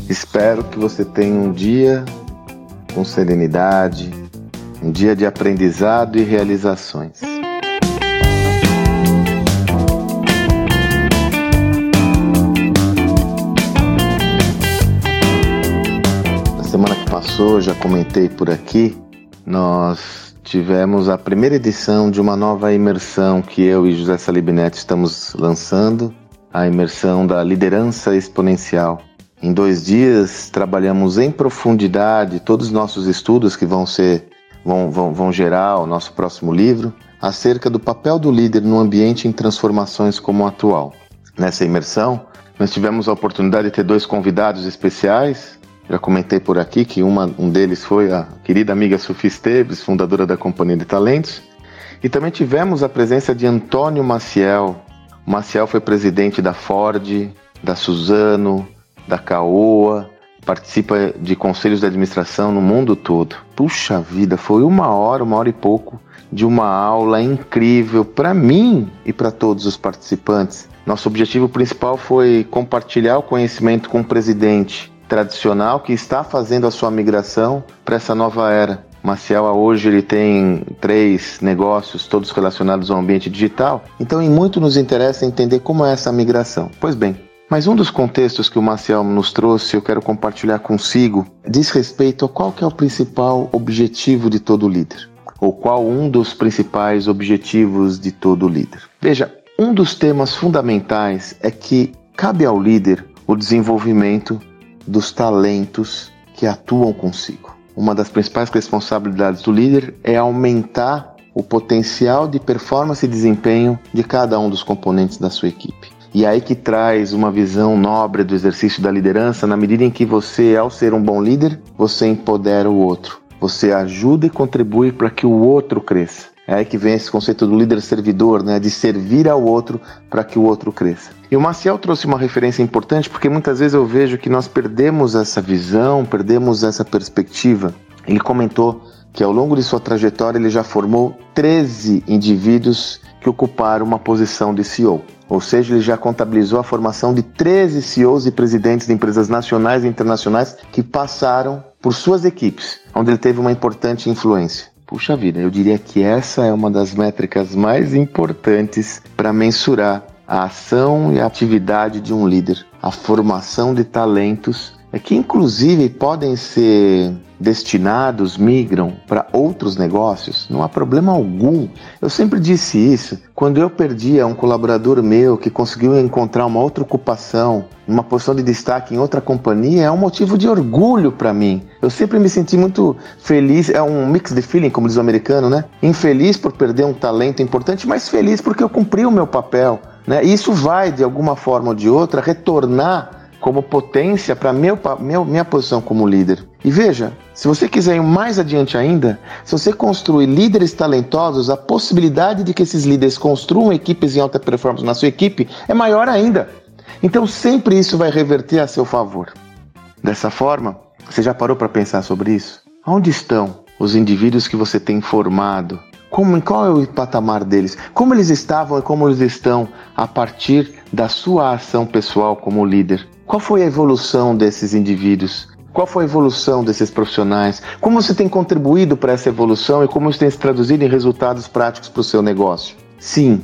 Espero que você tenha um dia com serenidade, um dia de aprendizado e realizações. Na semana que passou, já comentei por aqui, nós tivemos a primeira edição de uma nova imersão que eu e José Salib Neto estamos lançando, a imersão da liderança exponencial. Em 2 dias trabalhamos em profundidade todos os nossos estudos que vão gerar o nosso próximo livro, acerca do papel do líder no ambiente em transformações como o atual. Nessa imersão, nós tivemos a oportunidade de ter 2 convidados especiais. Já comentei por aqui que um deles foi a querida amiga Sofia Esteves, fundadora da Companhia de Talentos. E também tivemos a presença de Antônio Maciel. O Maciel foi presidente da Ford, da Suzano, da Caoa, participa de conselhos de administração no mundo todo. Puxa vida, foi 1 hora e pouco de uma aula incrível para mim e para todos os participantes. Nosso objetivo principal foi compartilhar o conhecimento com o presidente tradicional que está fazendo a sua migração para essa nova era. Maciel hoje ele tem 3 negócios, todos relacionados ao ambiente digital, então em muito nos interessa entender como é essa migração. Pois bem, mas um dos contextos que o Maciel nos trouxe, eu quero compartilhar consigo, diz respeito a qual que é o principal objetivo de todo líder, ou qual um dos principais objetivos de todo líder. Veja, um dos temas fundamentais é que cabe ao líder o desenvolvimento dos talentos que atuam consigo. Uma das principais responsabilidades do líder é aumentar o potencial de performance e desempenho de cada um dos componentes da sua equipe. E aí que traz uma visão nobre do exercício da liderança, na medida em que você, ao ser um bom líder, você empodera o outro. Você ajuda e contribui para que o outro cresça. É aí que vem esse conceito do líder servidor, né? De servir ao outro para que o outro cresça. E o Maciel trouxe uma referência importante porque muitas vezes eu vejo que nós perdemos essa visão, perdemos essa perspectiva. Ele comentou que ao longo de sua trajetória ele já formou 13 indivíduos que ocuparam uma posição de CEO. Ou seja, ele já contabilizou a formação de 13 CEOs e presidentes de empresas nacionais e internacionais que passaram por suas equipes, onde ele teve uma importante influência. Puxa vida, eu diria que essa é uma das métricas mais importantes para mensurar a ação e a atividade de um líder. A formação de talentos que inclusive podem ser destinados, migram para outros negócios, não há problema algum. Eu sempre disse isso, quando eu perdia um colaborador meu que conseguiu encontrar uma outra ocupação, uma posição de destaque em outra companhia, é um motivo de orgulho para mim. Eu sempre me senti muito feliz, é um mix de feeling, como diz o americano, né? Infeliz por perder um talento importante, mas feliz porque eu cumpri o meu papel, né? E isso vai, de alguma forma ou de outra, retornar como potência para minha posição como líder. E veja, se você quiser ir mais adiante ainda, se você construir líderes talentosos, a possibilidade de que esses líderes construam equipes em alta performance na sua equipe é maior ainda. Então sempre isso vai reverter a seu favor. Dessa forma, você já parou para pensar sobre isso? Onde estão os indivíduos que você tem formado? Qual é o patamar deles? Como eles estavam e como eles estão a partir da sua ação pessoal como líder? Qual foi a evolução desses indivíduos? Qual foi a evolução desses profissionais? Como você tem contribuído para essa evolução e como isso tem se traduzido em resultados práticos para o seu negócio? Sim,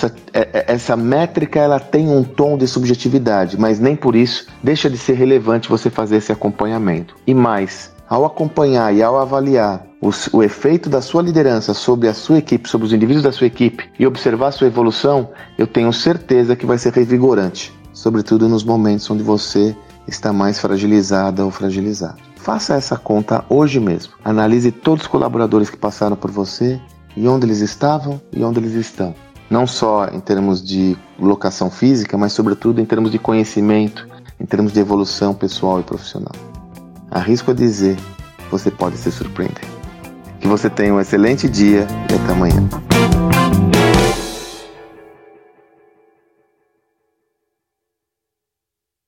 essa métrica ela tem um tom de subjetividade, mas nem por isso deixa de ser relevante você fazer esse acompanhamento. E mais, ao acompanhar e ao avaliar o efeito da sua liderança sobre a sua equipe, sobre os indivíduos da sua equipe e observar a sua evolução, eu tenho certeza que vai ser revigorante, sobretudo nos momentos onde você está mais fragilizada ou fragilizado. Faça essa conta hoje mesmo. Analise todos os colaboradores que passaram por você e onde eles estavam e onde eles estão. Não só em termos de locação física, mas sobretudo em termos de conhecimento, em termos de evolução pessoal e profissional. Arrisco a dizer, você pode se surpreender. Que você tenha um excelente dia e até amanhã.